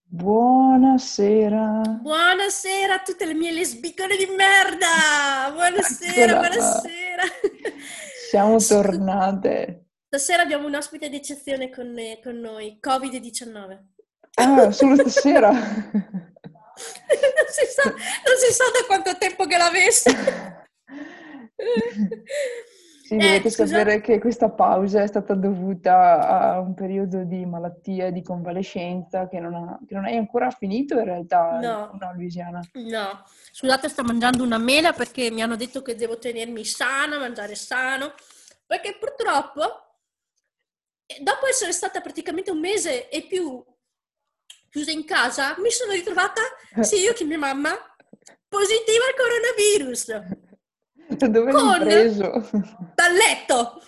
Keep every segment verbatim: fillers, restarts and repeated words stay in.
Buonasera. Buonasera a tutte le mie lesbicone di merda! Buonasera, Eccola. buonasera! Siamo Scu- tornate. Stasera abbiamo un ospite d'eccezione con, con noi, covid diciannove. Ah, solo stasera. Non si sa, non si sa da quanto tempo che l'avesse. Sì, Eh, dovete scusa? sapere che questa pausa è stata dovuta a un periodo di malattia e di convalescenza che non ha- che non è ancora finito in realtà, o No, no, Luisiana? no. Scusate, sto mangiando una mela perché mi hanno detto che devo tenermi sana, mangiare sano, perché purtroppo, eh, dopo essere stata praticamente un mese e più chiusa in casa, mi sono ritrovata, sia io che mia mamma, positiva al coronavirus, Da dove l'hai con preso? dal letto.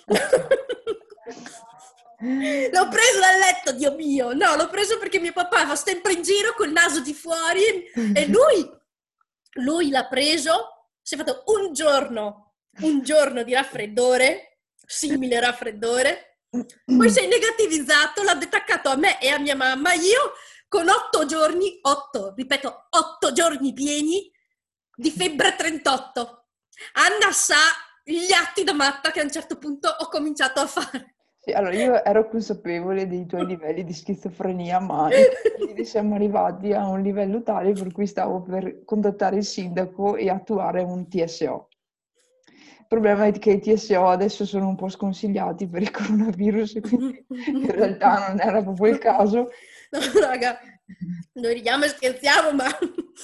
L'ho preso dal letto, Dio mio! No, l'ho preso perché mio papà va sempre in giro col naso di fuori e lui, lui l'ha preso, si è fatto un giorno, un giorno di raffreddore, simile raffreddore, poi si è negativizzato, l'ha attaccato a me e a mia mamma, io con otto giorni, otto, ripeto, otto giorni pieni di febbre trentotto. Anna sa gli atti da matta che a un certo punto ho cominciato a fare. Sì, allora io ero consapevole dei tuoi livelli di schizofrenia, ma improvvisamente siamo arrivati a un livello tale per cui stavo per contattare il sindaco e attuare un T S O. Il problema è che i T S O adesso sono un po' sconsigliati per il coronavirus, quindi in realtà non era proprio il caso. No, raga, noi ridiamo e scherziamo, ma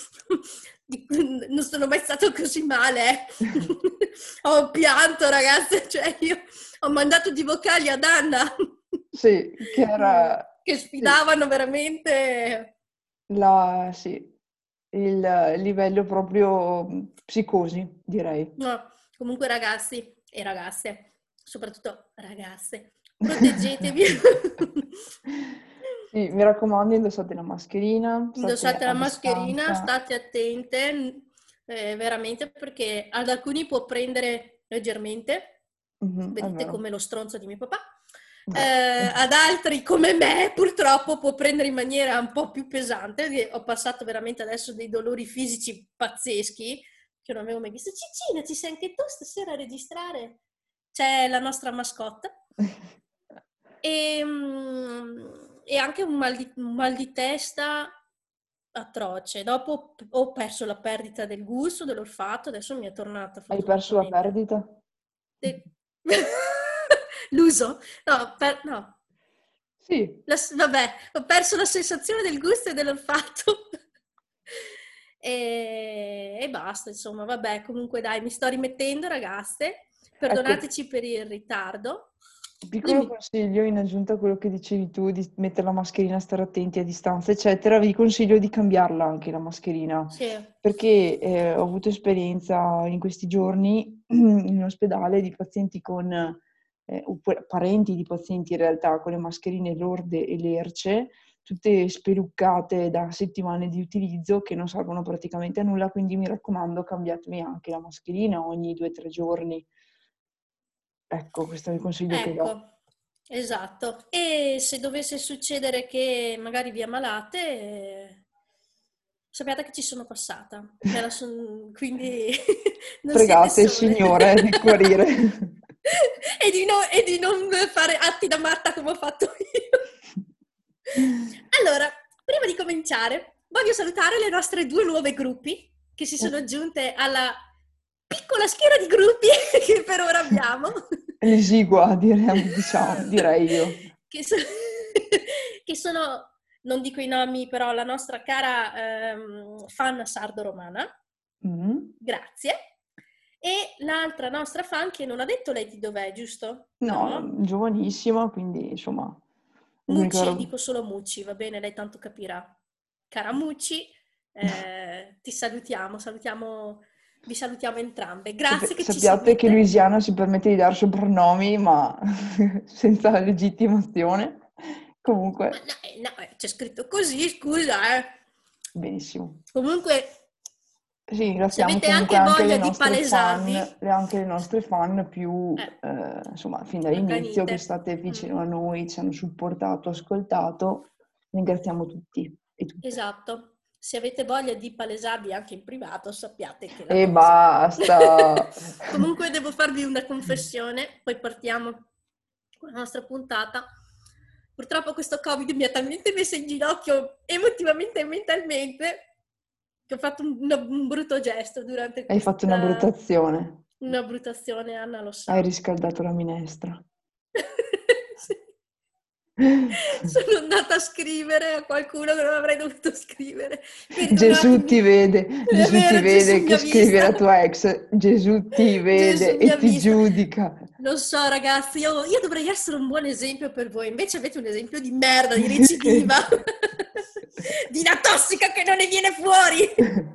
non sono mai stato così male. Eh. Ho pianto, ragazze, cioè io ho mandato di vocali ad Anna Sì, che era che sì, sfidavano veramente. la, sì, il livello proprio mh, psicosi, direi. No, comunque ragazzi e ragazze, soprattutto ragazze, proteggetevi. Sì, mi raccomando, indossate la mascherina, state Indossate la a mascherina, distanza. state attente, eh, veramente perché ad alcuni può prendere leggermente, Mhm, è vedete vero. come lo stronzo di mio papà, eh, ad altri come me purtroppo può prendere in maniera un po' più pesante. Ho passato veramente adesso dei dolori fisici pazzeschi che non avevo mai visto. Cicina, ci sei anche tu stasera a registrare? C'è la nostra mascotte. E, mm, e anche un mal di, un mal di testa atroce. Dopo ho perso la perdita del gusto, dell'olfatto, adesso mi è tornata Hai perso la fortunatamente. perdita? De- L'uso? No, per- no. Sì, La s- vabbè, ho perso la sensazione del gusto e dell'olfatto. E, e basta, insomma, vabbè, comunque dai, mi sto rimettendo, ragazze. ecco, Perdonateci per il ritardo. piccolo Dimmi. consiglio in aggiunta a quello che dicevi tu di mettere la mascherina, stare attenti a distanza, eccetera, vi consiglio di cambiarla anche la mascherina, Sì. perché eh, ho avuto esperienza in questi giorni in ospedale di pazienti con, eh, oppure parenti di pazienti in realtà con le mascherine lorde e lerce, tutte speluccate da settimane di utilizzo che non servono praticamente a nulla, quindi mi raccomando, cambiatevi anche la mascherina ogni due o tre giorni. Ecco, questo è il consiglio che do. Ecco, esatto. E se dovesse succedere che magari vi ammalate, eh, sappiate che ci sono passata. Me la son- Quindi non siete Pregate il sole. Signore di guarire. E di, no- e di non fare atti da matta come ho fatto io. Allora, prima di cominciare, voglio salutare le nostre due nuove gruppi che si sono aggiunte alla piccola schiera di gruppi che per ora abbiamo. L'esigua, direi, diciamo, direi io. che, so- che sono, non dico i nomi, però la nostra cara ehm, fan sardo-romana, Mm. grazie, e l'altra nostra fan che non ha detto lei di dov'è, giusto? No, No? giovanissima, quindi insomma, l'unica Mucci, roba. dico solo Mucci, va bene, lei tanto capirà. Cara Mucci, eh, ti salutiamo, salutiamo, vi salutiamo entrambe. Sappi- Grazie che ci sappiate che seguite. Louisiana si permette di dare soprannomi, ma senza legittimazione. Ma Comunque, no, eh, no, eh, c'è scritto così, scusa, eh. benissimo. Comunque, Sì, se ringraziamo avete comunque anche anche le voglia di nostre fan, palesarvi, le- anche le nostre fan più, eh, eh, insomma, fin dall'inizio che accanite. state Mm. vicino a noi, ci hanno supportato, ascoltato. Ringraziamo tutti. e tutto. Esatto. Se avete voglia di palesarvi anche in privato, sappiate che la E cosa... basta! Comunque devo farvi una confessione, poi partiamo con la nostra puntata. Purtroppo questo Covid mi ha talmente messo in ginocchio emotivamente e mentalmente che ho fatto un, un brutto gesto durante Hai fatto una brutta questa... azione. Una brutta azione, Anna lo Hai sa. riscaldato la minestra. Sì. Sono andata a scrivere a qualcuno che non avrei dovuto scrivere. Gesù Perdonatemi. ti vede, È Gesù ti vero, Gesù vede mi che ha scrivi alla vista. tua ex, Gesù ti vede Gesù mi e ha ti vista. giudica. Lo so, ragazzi, io, io dovrei essere un buon esempio per voi. Invece avete un esempio di merda, di recidiva, di una tossica che non ne viene fuori.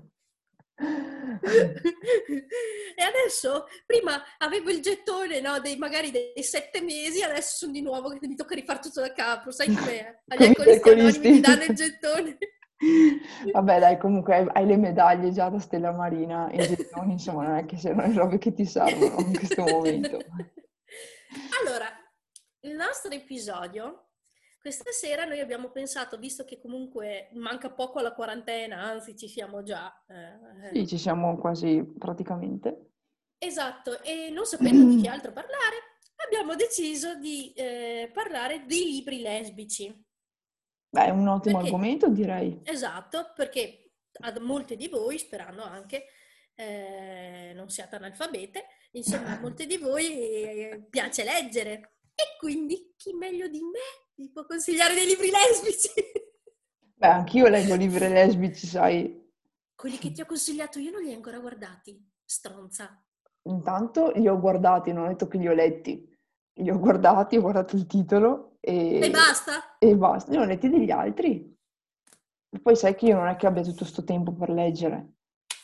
E adesso, prima avevo il gettone, no, dei, magari dei sette mesi, adesso sono di nuovo che mi tocca rifare tutto da capo. Sai com'è? Agli Come gli alcolisti anonimi alcolisti. ti danno il gettone. Vabbè, dai, comunque hai, hai le medaglie già da Stella Marina e i gettoni, insomma, non è che siano le robe che ti servono in questo momento. Allora, il nostro episodio, questa sera noi abbiamo pensato, visto che comunque manca poco alla quarantena, anzi ci siamo già... Sì, Eh, ci siamo quasi praticamente. esatto, e non sapendo di che altro parlare, abbiamo deciso di eh, parlare di libri lesbici. Beh, è un ottimo Perché? argomento, direi. Esatto, perché a molte di voi, sperando anche, eh, non siate analfabete, insomma, a molte di voi eh, piace leggere. E quindi chi meglio di me vi può consigliare dei libri lesbici? Beh, anch'io leggo libri lesbici, sai. Quelli che ti ho consigliato io non li hai ancora guardati, stronza. Intanto li ho guardati, non ho detto che li ho letti. Li ho guardati, ho guardato il titolo E e, basta? e basta. Ne ho letti degli altri. E poi sai che io non è che abbia tutto sto tempo per leggere.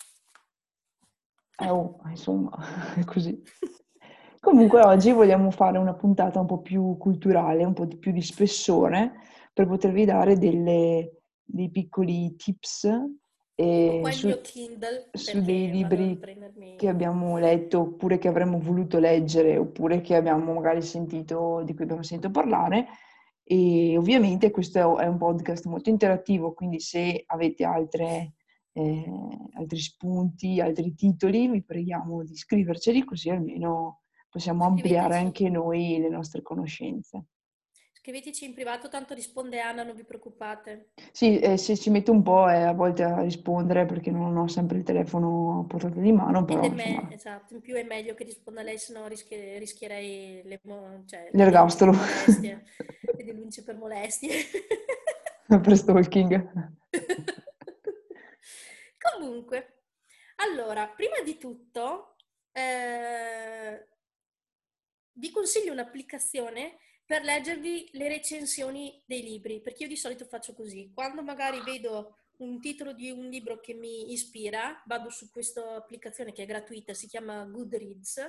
Eh, oh, insomma, è così. Comunque oggi vogliamo fare una puntata un po' più culturale, un po' di più di spessore, per potervi dare delle- dei piccoli tips Ho eh, qua il su, mio Kindle su dei perché vado a libri che prendermi... abbiamo letto oppure che avremmo voluto leggere oppure che abbiamo magari sentito, di cui abbiamo sentito parlare. E ovviamente questo è un podcast molto interattivo, quindi se avete altre eh, altri spunti, altri titoli, vi preghiamo di scriverceli così almeno possiamo ampliare Scriveteci. anche noi le nostre conoscenze. Scriveteci in privato, tanto risponde Anna, non vi preoccupate. Sì, eh, se ci metto un po' eh, a volte a rispondere perché non ho sempre il telefono a portata di mano, Ed però è me, insomma, esatto, in più è meglio che risponda lei, sennò rischie- rischierei le, mo- cioè, le denunce l'ergastolo per molestie. Le denunce per molestie. per stalking. Comunque, allora, prima di tutto, eh, vi consiglio un'applicazione per leggervi le recensioni dei libri, perché io di solito faccio così. Quando magari vedo un titolo di un libro che mi ispira, vado su questa applicazione che è gratuita, si chiama Goodreads,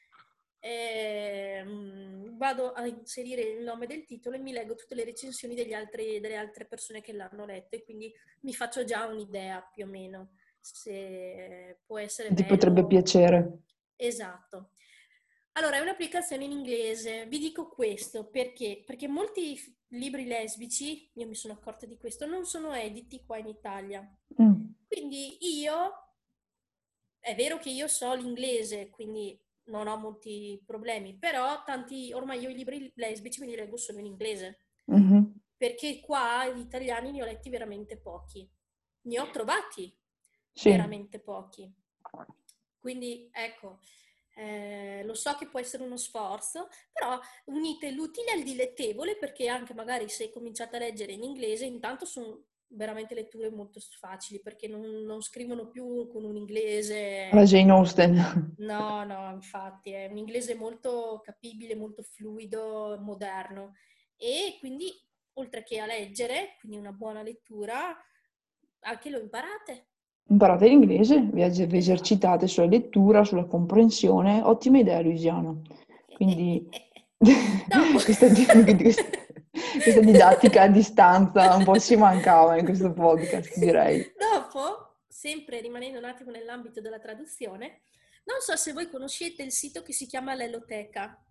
e, mm, vado a inserire il nome del titolo e mi leggo tutte le recensioni degli altri- delle altre persone che l'hanno letto e quindi mi faccio già un'idea più o meno se può essere Ti potrebbe bello. piacere. Esatto. Allora, è un'applicazione in inglese. Vi dico questo perché? Perché molti f- libri lesbici, io mi sono accorta di questo, non sono editi qua in Italia. Mm. Quindi io, è vero che io so l'inglese, quindi non ho molti problemi, però tanti, ormai io i libri lesbici me li leggo solo in inglese, Mhm. perché qua gli italiani ne ho letti veramente pochi. Ne ho trovati Sì, veramente pochi. Quindi ecco, eh, lo so che può essere uno sforzo, però unite l'utile al dilettevole perché anche magari se cominciate a leggere in inglese, intanto sono veramente letture molto facili perché non, non scrivono più con un la inglese... Jane Austen. No, no, infatti è un inglese molto capibile, molto fluido, moderno e quindi oltre che a leggere, quindi una buona lettura, anche lo imparate. Imparate l'inglese, vi eg- vi Esatto. esercitate sulla lettura, sulla comprensione. Ottima idea, Luisiana. Quindi Dopo. questa, di- questa- questa didattica a distanza un po' ci mancava in questo podcast, direi. Dopo, sempre rimanendo un attimo nell'ambito della traduzione, non so se voi conoscete il sito che si chiama L'Eloteca.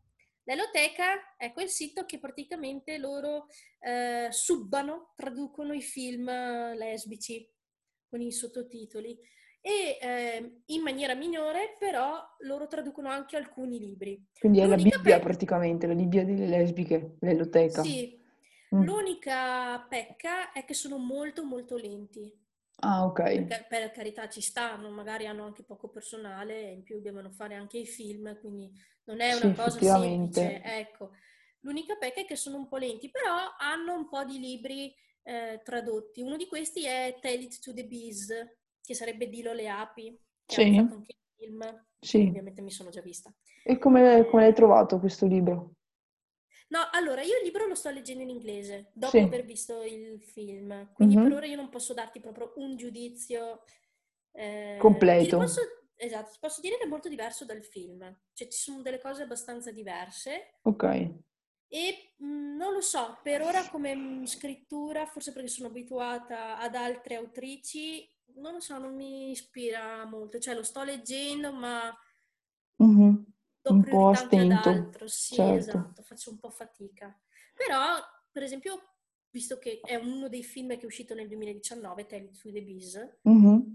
L'Eloteca è quel sito che praticamente loro eh, subbano, traducono i film lesbici con i sottotitoli e eh, in maniera minore però loro traducono anche alcuni libri. Quindi è la L'unica Bibbia pe- praticamente, la Bibbia delle lesbiche, l'Eloteca. sì, Mm. l'unica pecca è che sono molto molto lenti. Ah, ok. Perché per carità ci stanno, magari hanno anche poco personale e in più devono fare anche i film, quindi non è Sì, una cosa semplice, effettivamente. ecco. L'unica pecca è che sono un po' lenti, però hanno un po' di libri eh, tradotti. Uno di questi è Tell It to the Bees, che sarebbe Dilo le api, che hanno Sì, fatto anche il film, che sì. ovviamente mi sono già vista. E come, come l'hai Eh, trovato questo libro? No, allora io il libro lo sto leggendo in inglese, dopo Sì. aver visto il film, quindi per ora Mhm. io non posso darti proprio un giudizio. eh, ti Completo. posso, esatto, ti posso dire che è molto diverso dal film, cioè ci sono delle cose abbastanza diverse Ok. e mh, non lo so, per ora come mh, scrittura, forse perché sono abituata ad altre autrici, non lo so, non mi ispira molto, cioè lo sto leggendo ma Mhm. do Un po' a priorità anche ad stento, altro, sì, certo. esatto, faccio un po' fatica. Però, per esempio, visto che è uno dei film che è uscito nel duemiladiciannove, Tale to the Bees, Mhm.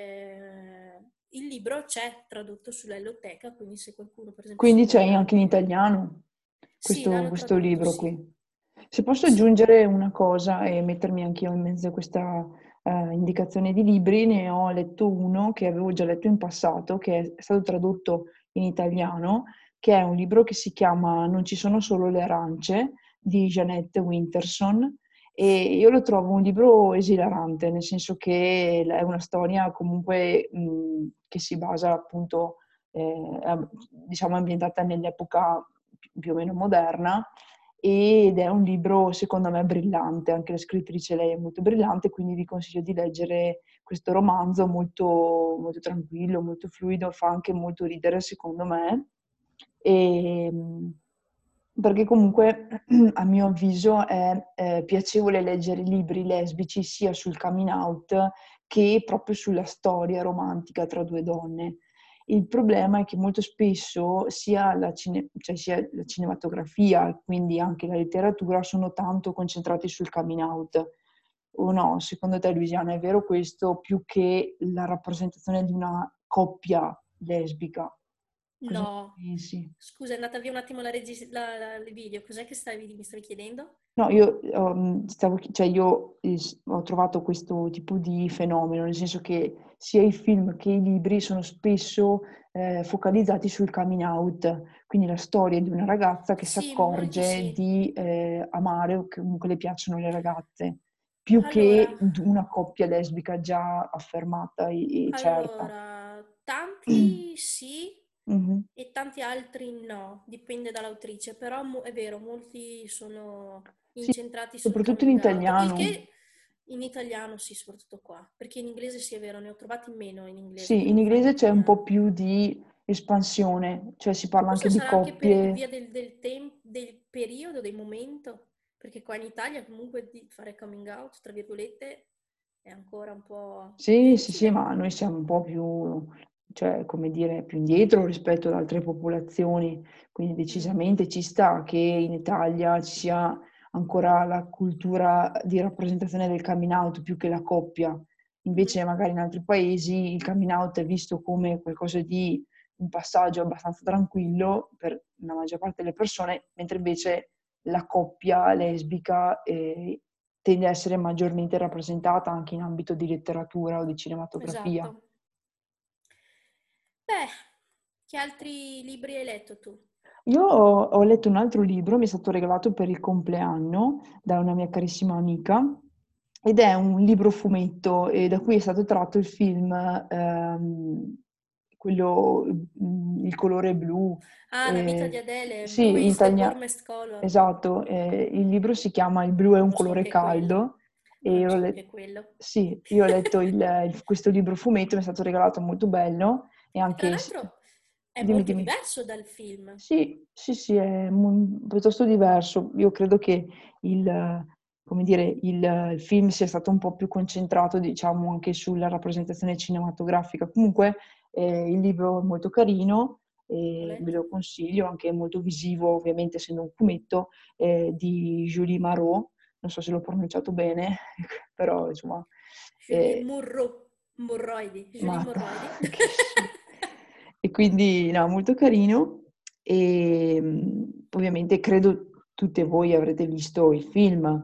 eh, il libro c'è tradotto sull'Elloteca, quindi se qualcuno, per esempio, si Quindi c'è vuole anche in anche... italiano Sì, questo, l'hanno questo tradotto, libro sì. qui. Se posso Sì. aggiungere una cosa e mettermi anch'io in mezzo a questa eh, indicazione di libri, ne ho letto uno che avevo già letto in passato, che è stato tradotto in italiano, che è un libro che si chiama Non ci sono solo le arance di Jeanette Winterson. E io lo trovo un libro esilarante, nel senso che è una storia comunque mh, che si basa appunto, eh, am- diciamo, ambientata nell'epoca pi- più o meno moderna ed è un libro secondo me brillante, anche la scrittrice lei è molto brillante, quindi vi consiglio di leggere questo romanzo molto, molto tranquillo, molto fluido, fa anche molto ridere secondo me. E, perché comunque a mio avviso è eh, piacevole leggere libri lesbici sia sul coming out che proprio sulla storia romantica tra due donne. Il problema è che molto spesso sia la, cine- cioè sia la cinematografia, quindi anche la letteratura, sono tanto concentrati sul coming out. O no, secondo te, Luisiana, è vero questo più che la rappresentazione di una coppia lesbica? Cosa No. pensi? Scusa, è andata via un attimo la regis- la- la- il video, cos'è che stavi, mi stavi chiedendo? No, io, um, stavo, chi- cioè io eh, s- ho trovato questo tipo di fenomeno, nel senso che sia i film che i libri sono spesso eh, focalizzati sul coming out, quindi la storia di una ragazza che si Sì, molti accorge sì. di eh, amare o che comunque le piacciono le ragazze, più Allora, che d- una coppia lesbica già affermata e, e certa. allora, tanti sì Mhm. e tanti altri no, dipende dall'autrice, però mo- è vero, molti sono Sì, incentrati sul soprattutto in coming out, il italiano. che in italiano sì, soprattutto qua, perché in inglese sì è vero, ne ho trovati meno in inglese Sì, che in non fa in inglese c'è un po' italiano. più di espansione, cioè si parla anche Forse di sarà anche per coppie. via del, del, tem- del periodo, del momento, perché qua in Italia comunque di fare coming out, tra virgolette, è ancora un po' Sì, sì, sì, difficile. ma noi siamo un po' più, cioè, come dire, più indietro rispetto ad altre popolazioni, quindi Mm. decisamente ci sta che in Italia ci sia ancora la cultura di rappresentazione del coming out più che la coppia. Mhm. Invece magari in altri paesi il coming out è visto come qualcosa di un passaggio abbastanza tranquillo per la maggior parte delle persone, mentre invece la coppia lesbica eh, tende a essere maggiormente rappresentata anche in ambito di letteratura o di cinematografia. Esatto. Beh, che altri libri hai letto tu? Io ho, ho letto un altro libro, mi è stato regalato per il compleanno da una mia carissima amica ed è un libro fumetto e da cui è stato tratto il film, ehm, quello, mm, Il colore blu. Ah, La vita di Eh, Adele, sì, Blue in is the italiano, warmest color. esatto, eh, il libro si chiama Il blu è un Conosco colore anche quello. caldo e io ho Conosco let- anche quello. sì, io ho letto il- il- questo libro fumetto, mi è stato regalato molto bello e Che tra anche... l'altro è Dimmi, molto dimmi. diverso dal film. Sì, sì, sì, è mo- piuttosto diverso. Io credo che il, come dire, il, il film sia stato un po' più concentrato, diciamo, anche sulla rappresentazione cinematografica. Comunque, eh, il libro è molto carino e letto. ve lo consiglio, anche molto visivo, ovviamente essendo un fumetto, eh, di Julie Marot, non so se l'ho pronunciato bene, però insomma, Julie eh, Murro, Morroidi, Julie matta, Morroidi. che schifo. E quindi no, molto carino e mm, ovviamente credo tutte voi avrete visto il film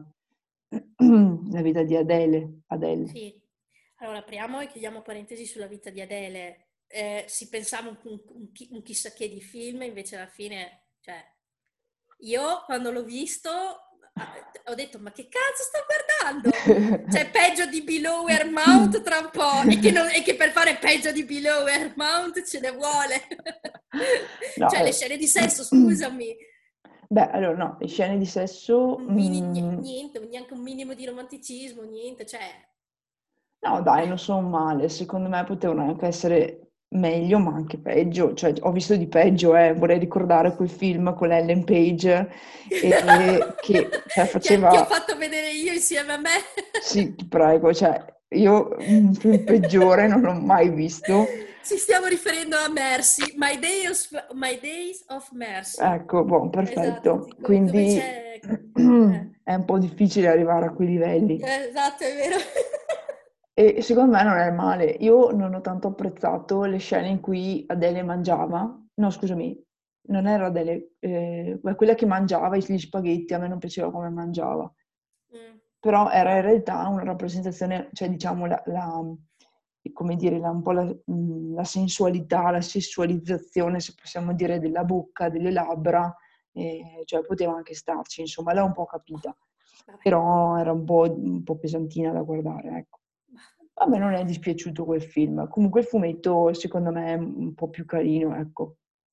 La vita di Adele, Adele. Sì, allora apriamo e chiudiamo parentesi sulla vita di Adele. Eh, si pensava un, un- un chi- un chissà che di film, invece alla fine, cioè, io quando l'ho visto ah, ho detto, ma che cazzo sto guardando? Cioè, peggio di Below Mount tra un po', e che, non- e che per fare peggio di Below Mount ce ne vuole. No, Cioè, le eh. scene di sesso, scusami, Beh, allora no, le scene di sesso, un mini- mm, niente, neanche un minimo di romanticismo, niente, cioè, no dai, eh. non sono male, secondo me potevano anche essere meglio, ma anche peggio, cioè ho visto di peggio, eh. Vorrei ricordare quel film con Ellen Page eh, che cioè, che, che ho faceva, fatto vedere io insieme a me. sì, ti prego, cioè io un film peggiore non l'ho mai visto. Ci stiamo riferendo a Mercy, My Days of, My Days of Mercy. Ecco, boh, Esatto, perfetto. tipo, dove Quindi c'è... eh, è un po' difficile arrivare a quei livelli. esatto, è vero. E secondo me non è male. Io non ho tanto apprezzato le scene in cui Adele mangiava. No, scusami, non era Adele, eh, quella che mangiava gli spaghetti, a me non piaceva come mangiava. Mm, Però era in realtà una rappresentazione, cioè diciamo la, la- come dire, la- un po' la, mh, la sensualità, la sessualizzazione, se possiamo dire, della bocca, delle labbra, eh, cioè poteva anche starci, insomma, l'ho un po' capita, vabbè. però era un po', un po' pesantina da guardare, ecco. A me non è dispiaciuto quel film, comunque il fumetto secondo me è un po' più carino, ecco.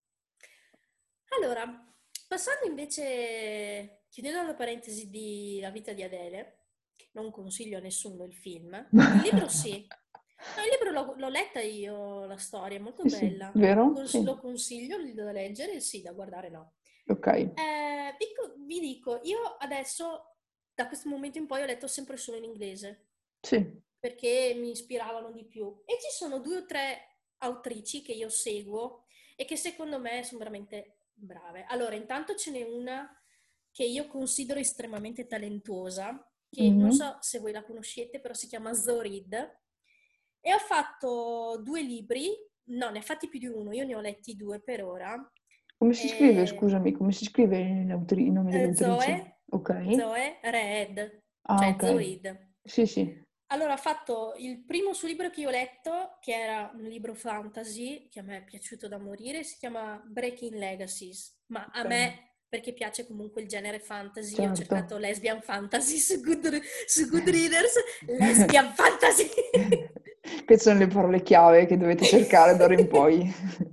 Allora, passando invece, chiudendo la parentesi di La vita di Adele, che non consiglio a nessuno il film, il libro sì. No, il libro l'ho, l'ho letta io, la storia, è molto Sì, sì, bella. vero? Cons- Sì, lo consiglio da leggere, sì, da guardare no. ok. Eh, dico- vi dico, io adesso, da questo momento in poi, ho letto sempre solo in inglese, Sì. perché mi ispiravano di più. E ci sono due o tre autrici che io seguo e che secondo me sono veramente brave. Allora, intanto ce n'è una che io considero estremamente talentuosa, che non Mhm. so se voi la conoscete, però si chiama Zoe Reed, e ho fatto due libri, no, ne ha fatti più di uno, io ne ho letti due per ora. Come si scrive, Eh, scusami, come si scrive l'autri- il nome eh, dell'autrice? Zoe, Ok. Zoe Reed, Ah, cioè ok. Zoe Reed. Sì, sì. Allora, ho fatto il primo suo libro che io ho letto, che era un libro fantasy, che a me è piaciuto da morire, si chiama Breaking Legacies, ma a Ok, me, perché piace comunque il genere fantasy, ho certo. cercato lesbian fantasy su, Good, su Goodreaders, lesbian fantasy! Che sono le parole chiave che dovete cercare d'ora in poi.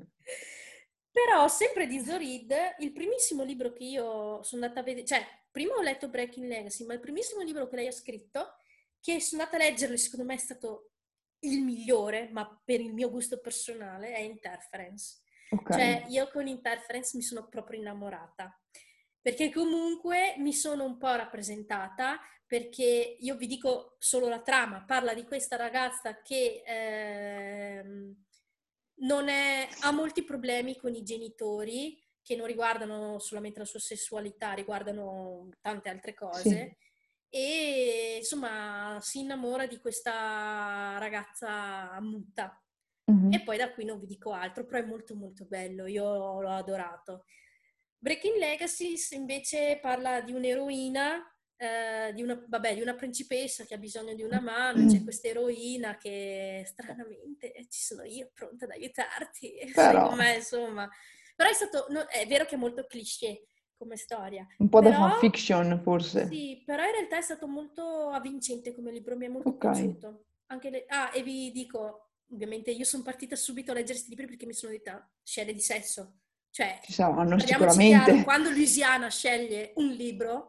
Però, sempre di Zorid, il primissimo libro che io sono andata a vedere, cioè, prima ho letto Breaking Legacy, ma il primissimo libro che lei ha scritto, che sono andata a leggerlo e secondo me è stato il migliore, ma per il mio gusto personale, è Interference. Ok. Cioè, io con Interference mi sono proprio innamorata, perché comunque mi sono un po' rappresentata, perché io vi dico solo la trama, parla di questa ragazza che ehm, non è, ha molti problemi con i genitori che non riguardano solamente la sua sessualità, riguardano tante altre Sì. cose e insomma si innamora di questa ragazza muta. E Mhm. poi da qui non vi dico altro, però è molto molto bello, io l'ho adorato. Breaking Legacies invece parla di un'eroina, eh, di una, vabbè, di una principessa che ha bisogno di una mano, c'è questa eroina che stranamente eh, ci sono io pronta ad aiutarti, Però, secondo me insomma. Però è stato, no, è vero che è molto cliché come storia, un po' da però fanfiction forse. sì, però in realtà è stato molto avvincente come libro, mi è molto Ok. piaciuto. Anche le- Ah, e vi dico, ovviamente io sono partita subito a leggere questi libri perché mi sono detta scene di sesso. Cioè, Ci saranno parliamoci chiaro, sicuramente. quando Louisiana sceglie un libro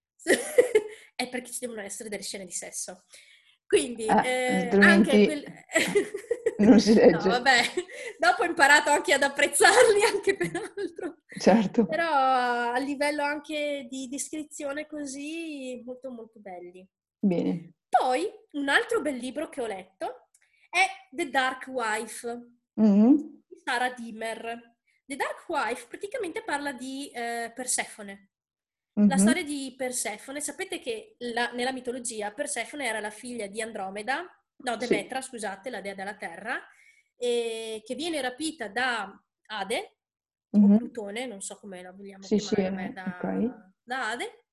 è perché ci devono essere delle scene di sesso. Quindi, Eh, eh, anche altrimenti quel... non si No, legge. vabbè, dopo ho imparato anche ad apprezzarli, anche per altro. Certo. Però a livello anche di descrizione così, molto molto belli. Bene. Poi, un altro bel libro che ho letto è The Dark Wife Mhm. di Sara Dimmer. The Dark Wife praticamente parla di eh, Persefone. La Mhm. storia di Persefone, sapete che la- nella mitologia Persefone era la figlia di Andromeda, no, Sì. Demetra, scusate, la dea della terra, e che viene rapita da Ade, o Mhm. Plutone, non so come la vogliamo Sì, sì, chiamare, vabbè, eh, ok. da, da Ade,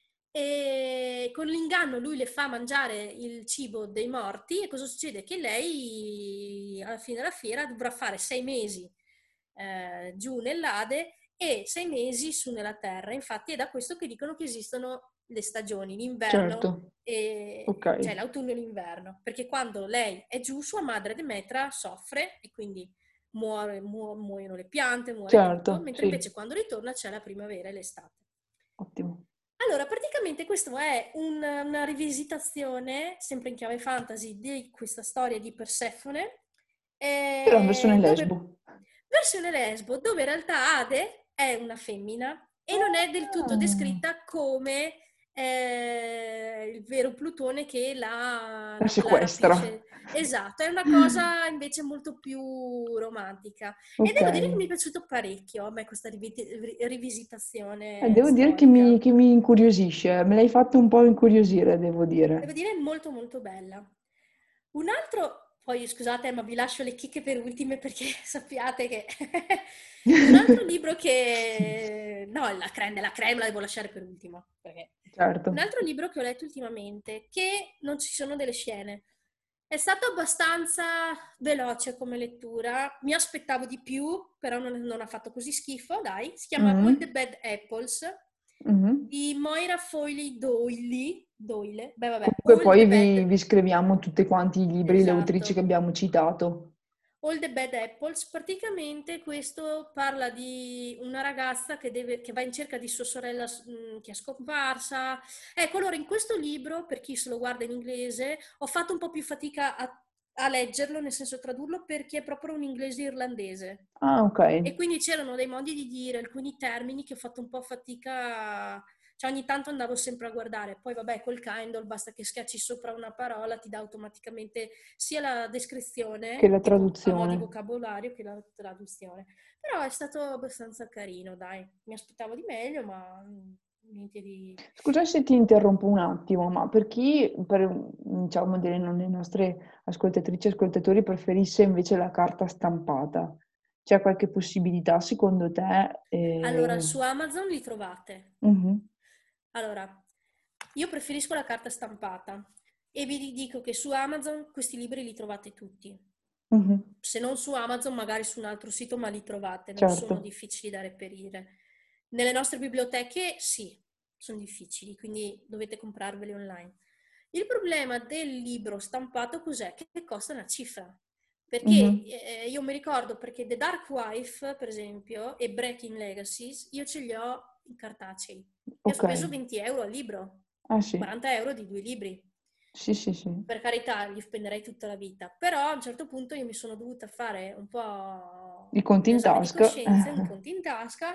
e con l'inganno lui le fa mangiare il cibo dei morti e cosa succede? Che lei alla fine della fiera dovrà fare sei mesi eh, giù nell'Ade e sei mesi su nella terra. Infatti è da questo che dicono che esistono le stagioni, l'inverno, Certo, ok. e, cioè l'autunno e l'inverno, perché quando lei è giù, sua madre Demetra soffre e quindi muore, mu- muoiono le piante, muore tutto, Certo, mentre sì, invece quando ritorna c'è la primavera e l'estate. ottimo. Allora, praticamente questo è un- una rivisitazione, sempre in chiave fantasy, di questa storia di Persefone, Però in versione eh, dove, lesbo. versione lesbo, dove in realtà Ade è una femmina e non è del tutto Ah, descritta come eh, il vero Plutone che la, la la, la sequestra. rapisce. Esatto, è una cosa invece molto più romantica. E Ok. devo dire che mi è piaciuto parecchio a me questa rivi- ri- Eh, rivisitazione devo dire che mi, storica. che mi incuriosisce, me l'hai fatto un po' incuriosire, devo Devo dire. dire molto molto bella. Un altro, poi scusate, ma vi lascio le chicche per ultime perché sappiate che un altro libro che no, la creme della creme la devo lasciare per ultimo, perché Certo. un altro libro che ho letto ultimamente che non ci sono delle scene. È stato abbastanza veloce come lettura, mi aspettavo di più, però non, non ha fatto così schifo, dai. Si chiama All the Mhm, Bad Apples mhm. di Moira Foyle Doyle. Doyle? Beh, vabbè, Comunque All the poi vi, Bad. vi scriviamo tutti quanti i libri e le autrici che Esatto. abbiamo citato. All the Bad Apples, praticamente questo parla di una ragazza che, deve, che va in cerca di sua sorella mh, che è scomparsa. Ecco, allora in questo libro, per chi se lo guarda in inglese, ho fatto un po' più fatica a, a leggerlo, nel senso tradurlo, perché è proprio un inglese irlandese. Ah, ok. E quindi c'erano dei modi di dire, alcuni termini che ho fatto un po' fatica, a- cioè ogni tanto andavo sempre a guardare. Poi vabbè, col Kindle basta che schiacci sopra una parola, ti dà automaticamente sia la Che descrizione, la tipo a mo' di traduzione. vocabolario, che la traduzione. Però è stato abbastanza carino, dai. Mi aspettavo di meglio, ma mm, niente di... Scusa se ti interrompo un attimo, ma per chi, per, diciamo, delle, le nostre ascoltatrici e ascoltatori preferisse invece la carta stampata, c'è qualche possibilità secondo te? Allora, Eh, su Amazon li trovate. mhm, Allora, io preferisco la carta stampata e vi dico che su Amazon questi libri li trovate tutti. mhm, Se non su Amazon, magari su un altro sito, ma li trovate, non sono certo. difficili da reperire. Nelle nostre biblioteche sì, sono difficili, quindi dovete comprarveli online. Il problema del libro stampato cos'è? Che costa una cifra. Perché Mhm, eh, io mi ricordo perché The Dark Wife, per esempio, e Breaking Legacies, io ce li ho in cartacei e ho ok, speso venti euro al libro, ah sì, quaranta euro di due libri. sì, sì, sì. Per carità, li spenderei tutta la vita, però a un certo punto io mi sono dovuta fare un I po' conti un in esame di tasca. coscienza, un conto in tasca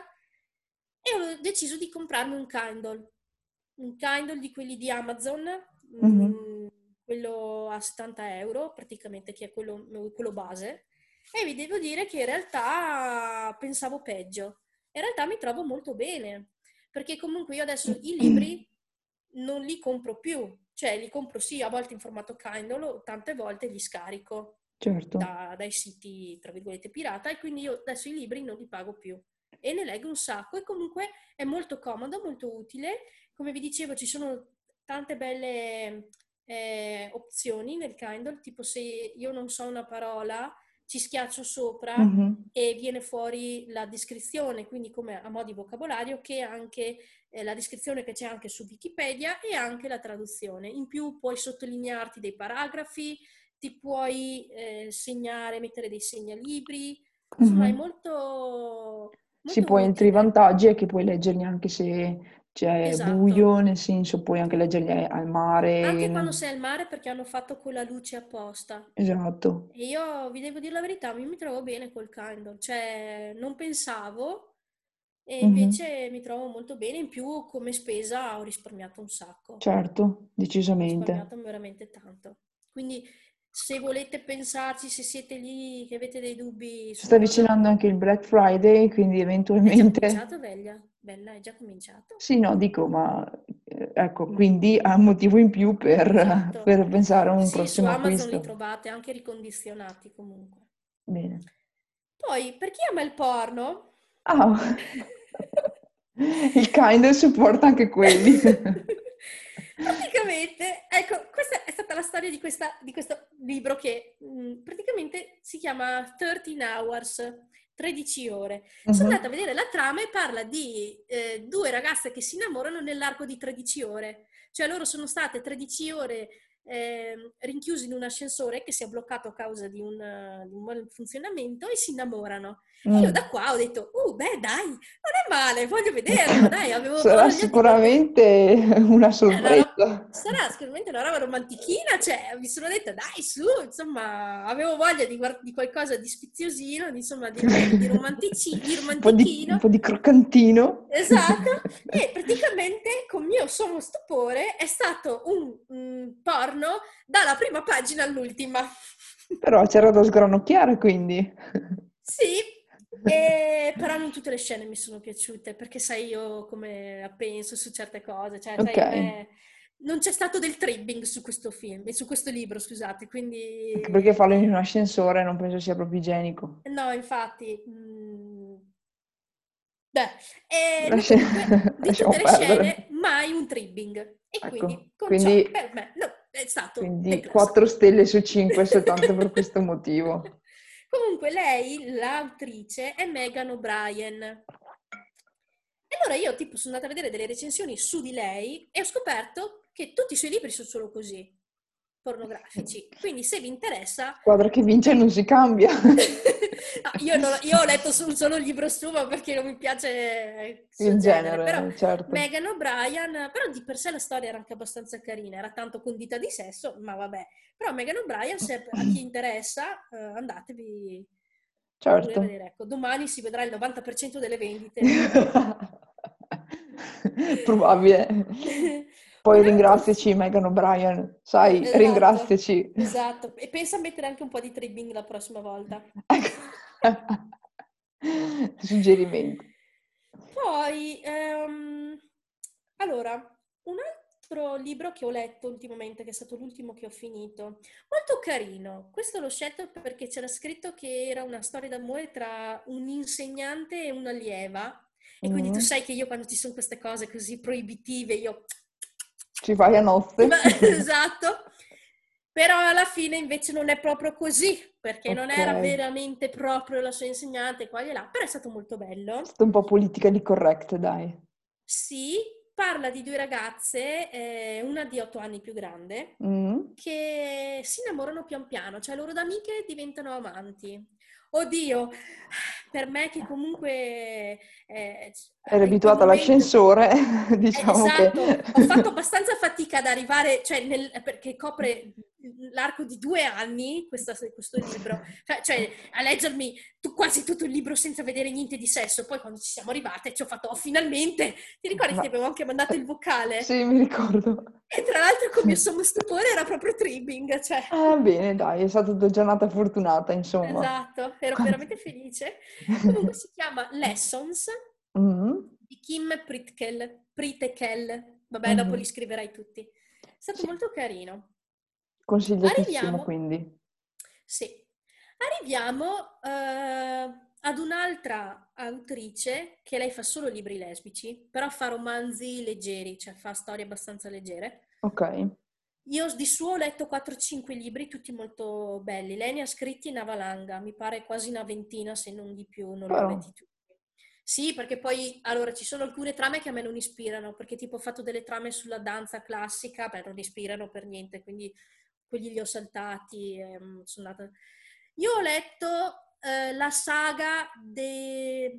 e ho deciso di comprarmi un Kindle, un Kindle di quelli di Amazon, Mhm, mm, quello a settanta euro praticamente, che è quello, quello base, e vi devo dire che in realtà pensavo peggio. In realtà mi trovo molto bene, perché comunque io adesso i libri non li compro più, cioè li compro sì a volte in formato Kindle, o tante volte li scarico certo. da- dai siti, tra virgolette, pirata, e quindi io adesso i libri non li pago più e ne leggo un sacco e comunque è molto comodo, molto utile. Come vi dicevo, ci sono tante belle eh, opzioni nel Kindle, tipo se io non so una parola, ci schiaccio sopra Mhm, e viene fuori la descrizione, quindi come a mo' di vocabolario, che anche eh, la descrizione che c'è anche su Wikipedia e anche la traduzione. In più puoi sottolinearti dei paragrafi, ti puoi eh, segnare, mettere dei segnalibri, insomma è mhm. molto, Sì, molto poi altri utile. vantaggi è che puoi leggerli anche se c'è buio, Esatto. nel senso puoi anche leggerli al mare. Anche quando no? sei al mare perché hanno fatto quella luce apposta. Esatto. E io vi devo dire la verità, mi, mi trovo bene col Kindle, cioè non pensavo e Mhm. invece mi trovo molto bene, in più come spesa ho risparmiato un sacco, Certo, ho decisamente. risparmiato veramente tanto. Quindi se volete pensarci, se siete lì che avete dei dubbi Si su sta cosa... avvicinando anche il Black Friday, quindi È già eventualmente... cominciato, Bella? Bella, è già cominciato? Sì, no, dico, ma eh, ecco, quindi ha un motivo in più per, Esatto. per pensare a un Sì, su prossimo Amazon li acquisto. trovate anche ricondizionati comunque. Bene. Poi, per chi ama il porno, Ah, il Kindle supporta anche quelli. praticamente, ecco, questa è stata la storia di, questa, di questo libro che mh, praticamente si chiama tredici Hours, tredici ore. Sono Mhm. andata a vedere la trama e parla di eh, due ragazze che si innamorano nell'arco di tredici ore. Cioè loro sono state tredici ore eh, rinchiusi in un ascensore che si è bloccato a causa di un, uh, di un buon funzionamento e si innamorano. E io da Mm. qua ho detto, uh, beh, dai, non è male, voglio vederlo, dai, avevo Sarà voglia di guardare. sicuramente una Eh, una ro- sorpresa. Sarà sicuramente una roba romantichina, cioè mi sono detta, dai, su, insomma, avevo voglia di, guard- di qualcosa di sfiziosino, di, insomma, di, rom- di, romantici- di Un po' di, un romantichino. po' di croccantino. Esatto, e praticamente con mio sommo stupore è stato un, un porno dalla prima pagina all'ultima. Però c'era da sgranocchiare, quindi. Sì, e- però non tutte le scene mi sono piaciute, perché sai io come la penso su certe cose, cioè Ok, sai a me non c'è stato del tripping su questo film, su questo libro, scusate, anche perché farlo quindi in un ascensore non penso sia proprio igienico. no, infatti, mm, beh, e no, Lasci- comunque di Lasciamo tutte le perdere. scene mai un tripping e Ecco, quindi con ciò quindi, per me no, è stato quindi declasse. quattro stelle su cinque soltanto per questo motivo. Comunque lei, l'autrice, è Megan O'Brien. E allora io tipo sono andata a vedere delle recensioni su di lei e ho scoperto che tutti i suoi libri sono solo così, pornografici. Quindi se vi interessa... Squadra che vince non si cambia. No, io, non- io ho letto su- solo il libro suo ma perché non mi piace il suo Il genere, però genere, certo. Megan O'Brien, però di per sé la storia era anche abbastanza carina, era tanto condita di sesso, ma vabbè. Però Megan O'Brien, se a chi interessa, eh, andatevi pure a Certo. vedere. Ecco, domani si vedrà il novanta per cento delle vendite. Probabile. Poi Un altro ringraziaci, film, Megan O'Brien. Sai, esatto, ringraziaci. esatto, e pensa a mettere anche un po' di tribbing la prossima volta. Suggerimento. Poi, ehm, allora, un altro libro che ho letto ultimamente, che è stato l'ultimo che ho finito, molto carino. Questo l'ho scelto perché c'era scritto che era una storia d'amore tra un insegnante e un'allieva. E quindi tu Mm. sai che io quando ci sono queste cose così proibitive, io... Ci vai a Ma- nozze? Esatto. Però alla fine invece non è proprio così, perché non Ok. era È veramente proprio la sua insegnante qua e là, però è stato molto bello. stato un po' politically correct, dai. Sì, parla di due ragazze, eh, una di otto anni più grande, Mm. che si innamorano pian piano, cioè loro da amiche diventano amanti. Oddio, per me che comunque eh, Eri in quel abituata momento... all'ascensore, Eh, diciamo che... esatto, ho fatto abbastanza fatica ad arrivare, cioè nel- perché copre l'arco di due anni questa- questo libro, cioè, cioè, a leggermi tu- quasi tutto il libro senza vedere niente di sesso, poi quando ci siamo arrivate ci ho fatto, oh finalmente, ti ricordi che Ma... ti avevo anche mandato il vocale? Sì, mi ricordo. E tra l'altro con mio sommo stupore era proprio tripping, cioè, Ah, bene, dai, è stata una giornata fortunata, insomma. esatto, ero veramente felice. Comunque si chiama Lessons Mm, di Kim Pritkel, Pritekel, vabbè dopo li mhm. scriverai tutti. È stato Sì, molto carino. consigliatissimo, Arriviamo, quindi. sì, arriviamo eh, ad un'altra autrice che lei fa solo libri lesbici, però fa romanzi leggeri, cioè fa storie abbastanza leggere. Ok, Io di suo ho letto quattro cinque libri, tutti molto belli. Lei ne ha scritti in valanga, mi pare quasi una ventina, se non di più, non li ho però, letti tutti. Sì, perché poi, allora, ci sono alcune trame che a me non ispirano, perché tipo ho fatto delle trame sulla danza classica, beh, non ispirano per niente, quindi quelli li ho saltati. ehm, sono andata... Io ho letto eh, la saga de-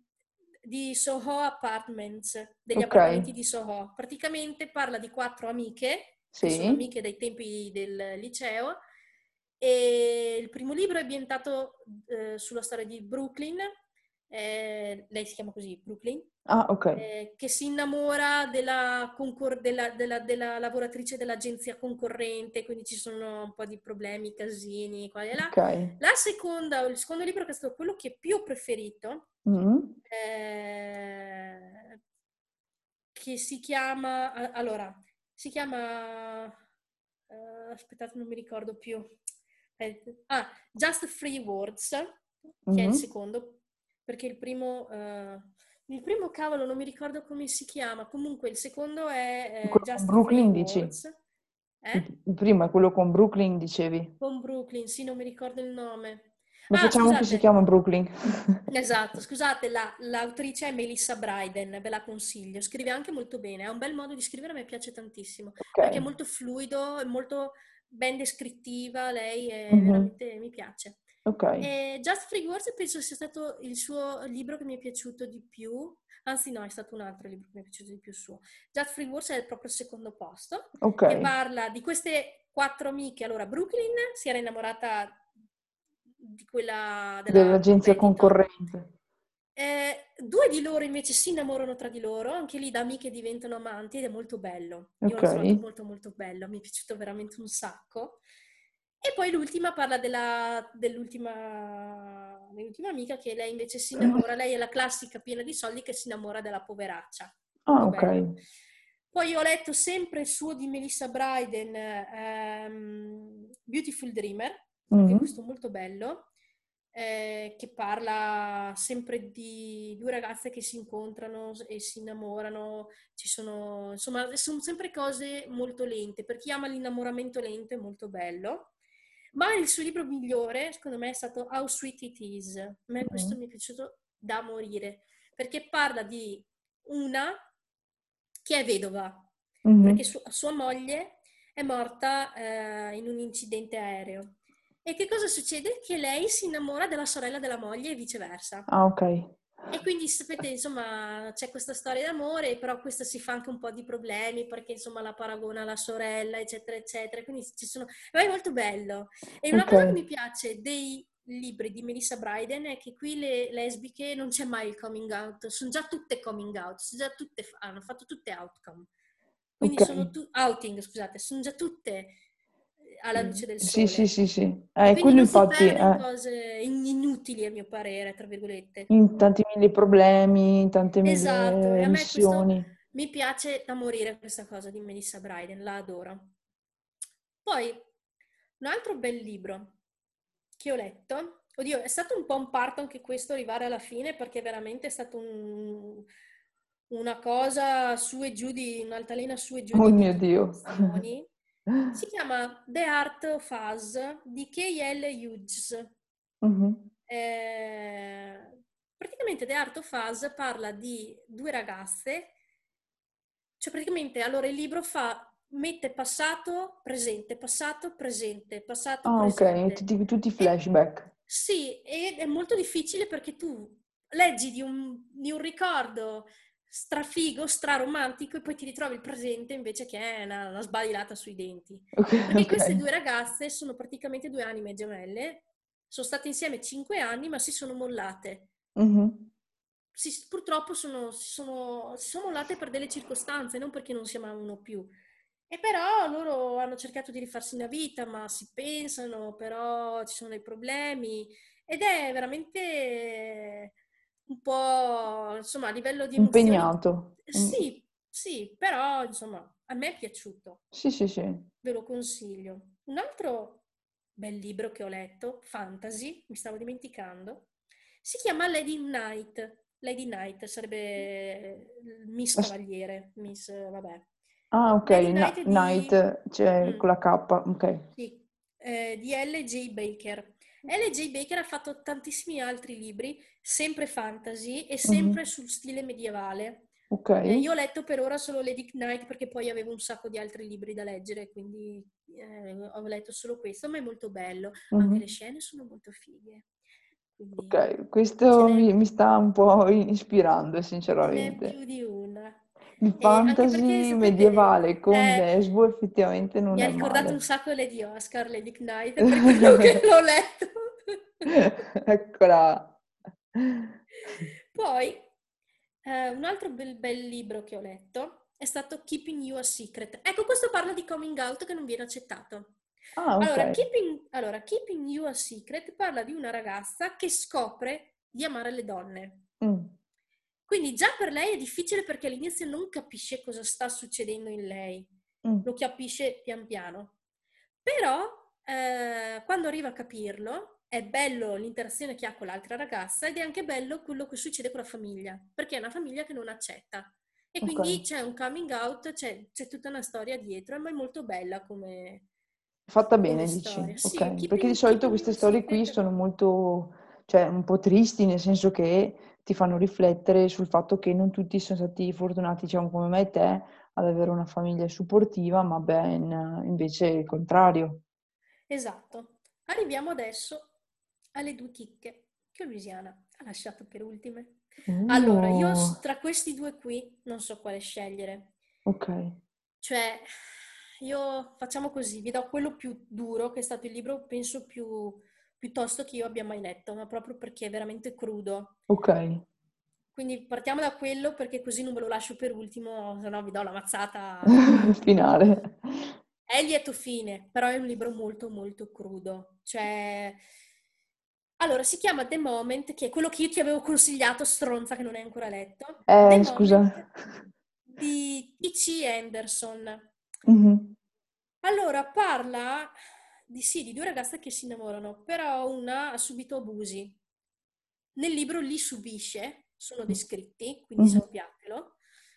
di Soho Apartments, degli ok, appartamenti di Soho. Praticamente parla di quattro amiche, che sono sì, amiche dai tempi del liceo, e il primo libro è ambientato eh, sulla storia di Brooklyn, eh, lei si chiama così, Brooklyn, Ah, ok, eh, che si innamora della, concor- della, della- della lavoratrice dell'agenzia concorrente, quindi ci sono un po' di problemi, casini, qua e là. ok. La seconda, il secondo libro che è stato quello che più ho preferito, Mm. eh, che si chiama, a- allora, si chiama, eh, aspettate, non mi ricordo più. Eh, ah, Just Three Words, che è il Mhm. secondo, perché il primo, eh, il primo cavolo non mi ricordo come si chiama, comunque il secondo è eh, Quello con Just Three Brooklyn dici? Words, eh? Il, il primo è quello con Brooklyn, dicevi. Con Brooklyn, sì, non mi ricordo il nome. Lo Ah, facciamo che si scusate, chiama Brooklyn. esatto, scusate, la- l'autrice è Melissa Bryden, ve la consiglio. Scrive anche molto bene, ha un bel modo di scrivere, a me piace tantissimo, Ok. perché è molto fluido, è molto ben descrittiva, lei è Mhm. veramente, mi piace. Ok. E Just Three Words penso sia stato il suo libro che mi è piaciuto di più, anzi no, è stato un altro libro che mi è piaciuto di più suo. Just Three Words è proprio il secondo posto, Ok. che parla di queste quattro amiche. Allora, Brooklyn si era innamorata di quella della Dell'agenzia competitor. concorrente. Eh, due di loro invece si innamorano tra di loro, anche lì da amiche diventano amanti ed è molto bello. Io Ok. l'ho trovato molto molto bello, mi è piaciuto veramente un sacco. E poi l'ultima parla della, dell'ultima, dell'ultima amica che lei invece si innamora, lei è la classica piena di soldi che si innamora della poveraccia. Ah, Molto ok. bello. Poi ho letto sempre il suo di Melissa Bryden, ehm, Beautiful Dreamer, anche Mhm. questo molto bello, eh, che parla sempre di due ragazze che si incontrano e si innamorano. Ci sono, insomma, sono sempre cose molto lente. Per chi ama l'innamoramento lento è molto bello. Ma il suo libro migliore, secondo me, è stato How Sweet It Is. A me questo Mhm. mi è piaciuto da morire, perché parla di una che è vedova, perché Mhm. su- sua moglie è morta eh, in un incidente aereo. E che cosa succede? Che lei si innamora della sorella della moglie e viceversa. Ah, ok. E quindi sapete, insomma, c'è questa storia d'amore, però questa si fa anche un po' di problemi perché insomma la paragona alla sorella, eccetera, eccetera. Quindi ci sono. Ma è molto bello. E una Ok. cosa che mi piace dei libri di Melissa Bryden è che qui le lesbiche non c'è mai il coming out, sono già tutte coming out, sono già tutte, hanno fatto tutte outcome. Quindi Ok. sono tu, outing, scusate, sono già tutte alla luce del Sì, sì, sole. sì, sì. E Eh, quindi quello non si infatti perde in è cose inutili, a mio parere, tra virgolette. in tanti mille problemi, in tante Esatto, e mille a me questo missioni. mi piace da morire questa cosa di Melissa Bryden, la adoro. Poi, un altro bel libro che ho letto, oddio, è stato un po' un parto anche questo arrivare alla fine perché veramente è stato un- una cosa su e giù di, un'altalena su e giù Oh di, di mio tutte le Dio. emozioni. Si chiama The Art of Us di K L. Hughes. Mhm. Eh, praticamente The Art of Us parla di due ragazze, cioè praticamente allora il libro fa, mette passato, presente, passato, presente, passato, Ah, ok, presente. tutti, tutti E, flashback. sì, ed è molto difficile perché tu leggi di un, di un ricordo strafigo, straromantico e poi ti ritrovi il presente invece che è una, una sbadilata sui denti. Ok, Perché ok. queste due ragazze sono praticamente due anime gemelle, sono state insieme cinque anni ma si sono mollate. Mhm. Si- purtroppo sono, si sono, si sono mollate per delle circostanze, non perché non si amavano più. E però loro hanno cercato di rifarsi una vita, ma si pensano, però ci sono dei problemi ed è veramente un po', insomma, a livello di emozioni, Impegnato. Mm. sì, sì, però, insomma, a me è piaciuto, Sì, sì, sì. ve lo consiglio. Un altro bel libro che ho letto, fantasy, mi stavo dimenticando, si chiama Lady Knight. Lady Knight sarebbe Miss As- Cavaliere, Miss, vabbè. Ah, ok, Lady Na- Knight Night, di, cioè mm, con la K, ok. sì, eh, di L J. Baker. L J. Baker ha fatto tantissimi altri libri, sempre fantasy e sempre Mhm. sul stile medievale. Ok. Eh, io ho letto per ora solo Lady Knight perché poi avevo un sacco di altri libri da leggere, quindi eh, ho letto solo questo, ma è molto bello. Anche le Mhm. scene sono molto fighe, quindi Ok, ce questo n'è mi, mi sta un po' ispirando, ce n'è sinceramente. più di una. Il E anche perché, fantasy sapete, medievale con eh, Lesbo effettivamente non mi ha è ricordato un male. sacco Lady Oscar, Lady Knight, per quello che l'ho letto. Eccola. Poi, eh, un altro bel, bel libro che ho letto è stato Keeping You a Secret. Ecco, questo parla di coming out che non viene accettato. Ah, ok. Allora Keeping, allora, Keeping You a Secret parla di una ragazza che scopre di amare le donne. Mm, Quindi già per lei è difficile perché all'inizio non capisce cosa sta succedendo in lei, mm, lo capisce pian piano. Però eh, quando arriva a capirlo è bello l'interazione che ha con l'altra ragazza ed è anche bello quello che succede con la famiglia, perché è una famiglia che non accetta. E ok. quindi c'è un coming out, c'è, c'è tutta una storia dietro, ma è molto bella come, Fatta come bene, storia. dici? Sì, Ok. Perché di Keeping, solito Keeping You queste a storie qui Secret. sono molto, cioè, un po' tristi, nel senso che ti fanno riflettere sul fatto che non tutti sono stati fortunati, diciamo, come me e te, ad avere una famiglia supportiva, ma ben invece il contrario. Esatto. Arriviamo adesso alle due chicche che Louisiana ha lasciato per ultime. Allora, io Uh, s- tra questi due qui non so quale scegliere. ok, Cioè, io facciamo così, vi do quello più duro, che è stato il libro, penso più piuttosto che io abbia mai letto, ma proprio perché è veramente crudo. ok. Quindi partiamo da quello perché così non ve lo lascio per ultimo, se no vi do la mazzata finale. Finale. È il lieto fine, però è un libro molto molto crudo. Cioè, allora si chiama The Moment, che è quello che io ti avevo consigliato, stronza che non hai ancora letto. The Eh, Moment scusa. di T C. Anderson. Mhm, Allora, parla di sì, di due ragazze che si innamorano, però una ha subito abusi. Nel libro li subisce, sono descritti, quindi mhm, sappiatelo.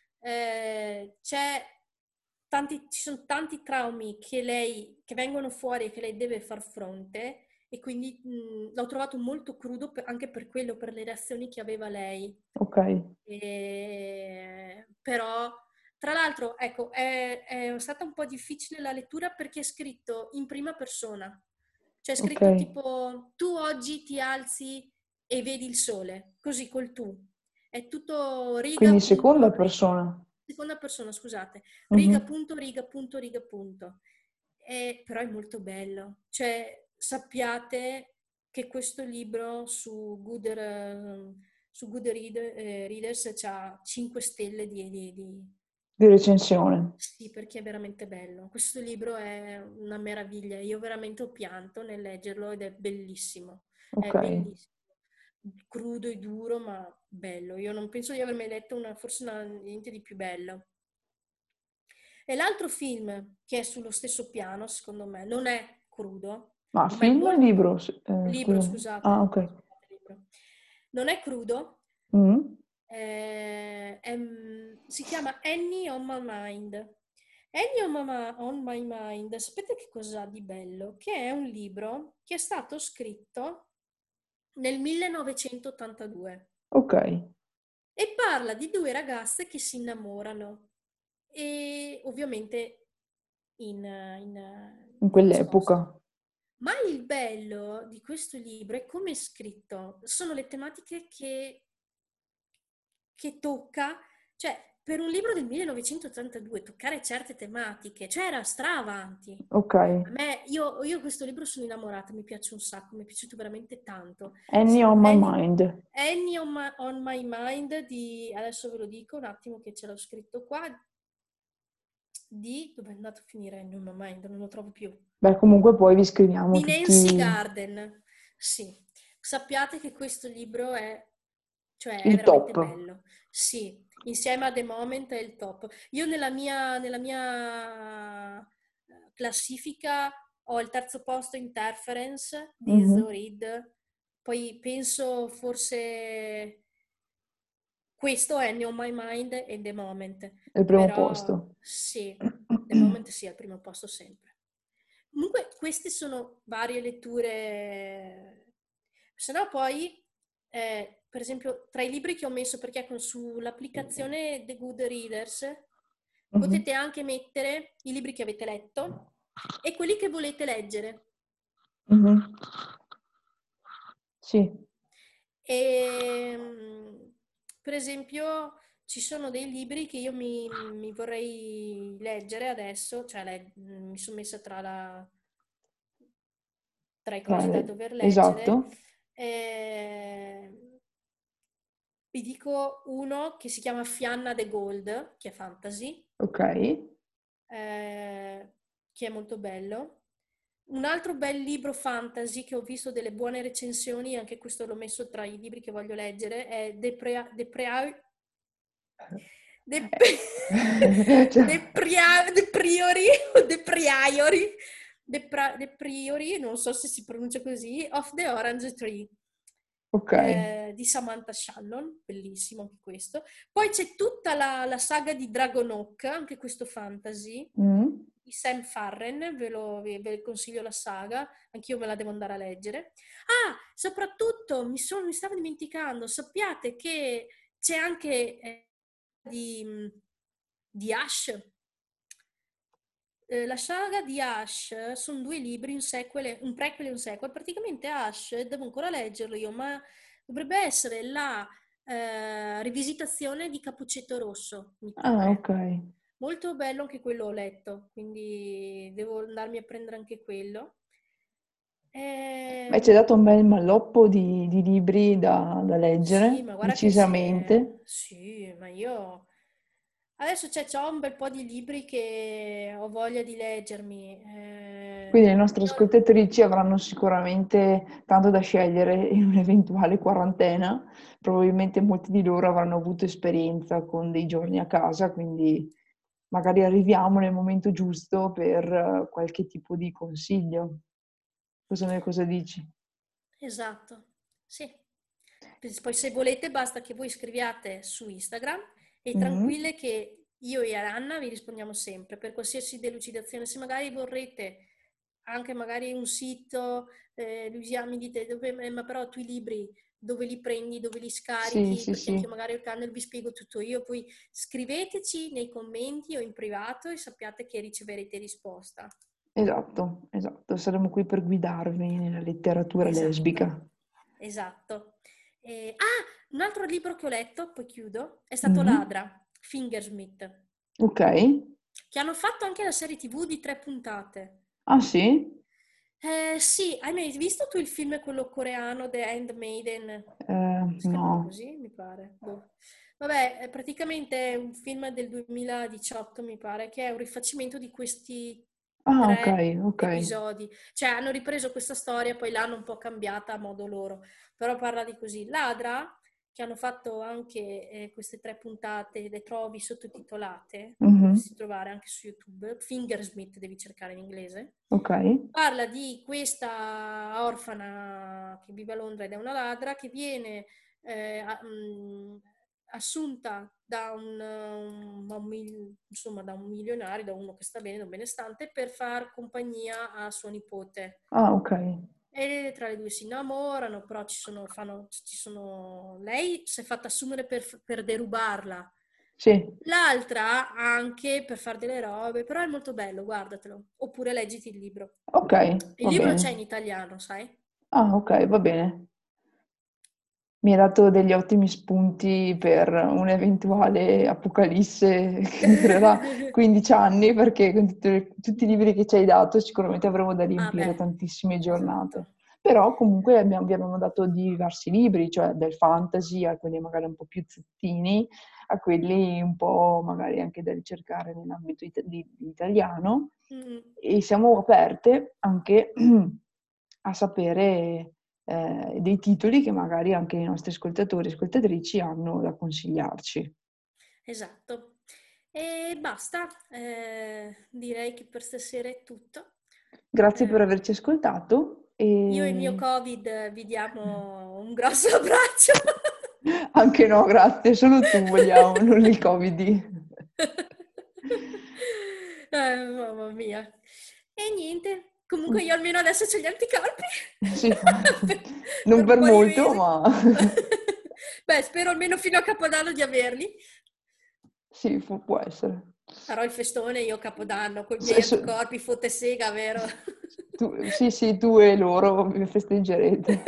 Eh, c'è tanti, ci sono tanti traumi che lei, che vengono fuori e che lei deve far fronte e quindi mh, l'ho trovato molto crudo per- anche per quello, per le reazioni che aveva lei. ok, E- però, tra l'altro, ecco, è, è stata un po' difficile la lettura perché è scritto in prima persona. C'è ok. scritto tipo tu oggi ti alzi e vedi il sole, così col tu. È tutto riga, Quindi punto, seconda riga, persona. seconda persona, scusate, riga, Mhm, punto, riga, punto, riga, punto. E, però è molto bello. Cioè, sappiate che questo libro su Good, eh, su Good Read- eh, Readers ha cinque stelle di, di- di- di recensione. Sì, perché è veramente bello. Questo libro è una meraviglia. Io veramente ho pianto nel leggerlo ed è bellissimo. È Ok. bellissimo. Crudo e duro, ma bello. Io non penso di aver mai letto una, forse una- niente di più bello. E l'altro film che è sullo stesso piano, secondo me, non è crudo, Ma ma è film o molto... libro? S- eh, Libro, scusami. Ah, scusate. ok. Scusate, libro. Non è crudo, Mm, eh, è- si chiama Annie on My Mind. Annie on My, on My Mind, sapete che cos'ha di bello? Che è un libro che è stato scritto nel millenovecentottantadue ok. e parla di due ragazze che si innamorano e ovviamente in, in- In di nascosto. quell'epoca. Ma il bello di questo libro è come è scritto. Sono le tematiche che, che tocca, cioè per un libro del millenovecentottantadue toccare certe tematiche, cioè era stra avanti. Ok. A me, io, io questo libro sono innamorata, mi piace un sacco, mi è piaciuto veramente tanto. Si Annie chiama on my Annie, mind. Annie on My, on My Mind di, adesso ve lo dico un attimo che ce l'ho scritto qua, di, dove è andato a finire Annie on My Mind? Non lo trovo più. Beh, comunque poi vi scriviamo Di Nancy tutti Garden. Sì, sappiate che questo libro è, cioè, è il veramente top. bello. Sì, insieme a The Moment è il top. Io nella mia, nella mia eh, classifica ho il terzo posto Interference di Mhm, Zoe Reed, poi penso forse questo è Annie on My Mind e The Moment, È il primo però posto. sì, The Moment sì, è al primo posto sempre. Comunque queste sono varie letture, se no poi, eh, per esempio, tra i libri che ho messo, perché con sull'applicazione The Good Readers Mhm, potete anche mettere i libri che avete letto e quelli che volete leggere. mhm. Sì. E, mm, per esempio, ci sono dei libri che io mi, mi vorrei leggere adesso, cioè le- mi sono messa tra la tra i cosi da Eh, dover leggere. esatto. Eh, vi dico uno che si chiama Fianna de Gold, che è fantasy, Ok. eh, che è molto bello. Un altro bel libro fantasy che ho visto delle buone recensioni, anche questo l'ho messo tra i libri che voglio leggere, è The, Prea- The, Prea- The, Eh, The cioè, Pria- The Priori, o The Priori, The, Pra- The Priori, non so se si pronuncia così, of the Orange Tree. ok. eh, di Samantha Shannon, bellissimo anche questo. Poi c'è tutta la, la saga di Dragonhawk, anche questo fantasy, Mm. di Sam Farren, ve lo ve, ve consiglio la saga, anch'io me la devo andare a leggere. Ah, soprattutto, mi, sono, mi stavo dimenticando, sappiate che c'è anche eh, di, di Ash. Eh, la saga di Ash sono due libri, un sequel, un prequel e un sequel. Praticamente Ash, devo ancora leggerlo io, ma dovrebbe essere la eh, rivisitazione di Cappuccetto Rosso, mi Ah, pare. ok. Molto bello anche quello ho letto, quindi devo andarmi a prendere anche quello. Beh, ci hai Ehm, dato un bel malloppo di, di libri da, da sì, leggere, ma guarda che se... decisamente. Sì, ma io... Adesso c'è, c'ho un bel po' di libri che ho voglia di leggermi. Quindi le Eh, nostre io- ascoltatrici avranno sicuramente tanto da scegliere in un'eventuale quarantena. Probabilmente molti di loro avranno avuto esperienza con dei giorni a casa, quindi magari arriviamo nel momento giusto per eh, qualche tipo di consiglio. Cosa ne cosa dici? Esatto, sì. Poi se volete basta che voi scriviate su Instagram e Mm? tranquille che io e Aranna vi rispondiamo sempre per qualsiasi delucidazione. Se magari vorrete anche magari un sito, eh, Luisa, mi dite dove, eh, ma però tu i libri dove li prendi, dove li Sì, scarichi, sì, perché anche sì, io magari il canale vi spiego tutto io, poi scriveteci nei commenti o in privato e sappiate che riceverete risposta. esatto, esatto. Saremo qui per guidarvi nella letteratura Esatto, lesbica. esatto. E- ah, un altro libro che ho letto, poi chiudo, è stato Mm? Ladra, Fingersmith, Ok. che hanno fatto anche la serie T V di tre puntate. Ah sì? Eh, sì, hai mai visto tu il film quello coreano, The Handmaiden? Eh, Si chiamava no. così, mi pare. Boh. Vabbè, è praticamente un film del duemiladiciotto, mi pare, che è un rifacimento di questi Ah, ok, tre ok. episodi. Cioè, hanno ripreso questa storia, poi l'hanno un po' cambiata a modo loro. Però parla di così. Ladra, che hanno fatto anche eh, queste tre puntate, le trovi sottotitolate, le Mhm. dovresti trovare anche su YouTube. Fingersmith devi cercare in inglese. Ok. Parla di questa orfana che vive a Londra ed è una ladra che viene eh, a- mh, assunta da un, um, da un mil- insomma, da un milionario, da uno che sta bene, da un benestante, per far compagnia a suo nipote. Ah, ok. E tra le due si innamorano, però ci sono, fanno, ci sono... lei si è fatta assumere per, per derubarla. Sì, L'altra anche per fare delle robe, però è molto bello, guardatelo. Oppure leggiti il libro. ok, Il va libro bene. c'è in italiano, sai? Ah, ok, va bene. Mi hai dato degli ottimi spunti per un'eventuale apocalisse che durerà quindici anni, perché con tutte le- tutti i libri che ci hai dato sicuramente avremo da Ah riempire beh, tantissime giornate. esatto. Però comunque abbiamo- vi abbiamo dato diversi libri, cioè del fantasy a quelli magari un po' più zuttini, a quelli un po' magari anche da ricercare nell'ambito it- di- di italiano, Mm, e siamo aperte anche a sapere eh, dei titoli che magari anche i nostri ascoltatori e ascoltatrici hanno da consigliarci. esatto. E basta, eh, direi che per stasera è tutto. Grazie per Eh, averci ascoltato io e il mio e Covid vi diamo un grosso abbraccio. anche no, grazie, solo tu vogliamo, non il Covid. Eh, mamma mia. E niente, comunque io Ok. almeno adesso ho gli anticorpi Sì, per, non per un per po' di molto, mesi. ma Beh, spero almeno fino a Capodanno di averli. sì, fu- può essere. Farò il festone io a Capodanno con i Se- miei se- anticorpi, fotte sega, vero? tu- sì, sì, tu e loro vi festeggerete.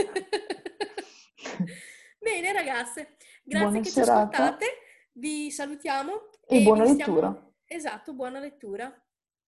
Bene, ragazze, grazie Buona che ci serata ascoltate. Vi salutiamo e e buona vi lettura. stiamo... Esatto, buona lettura.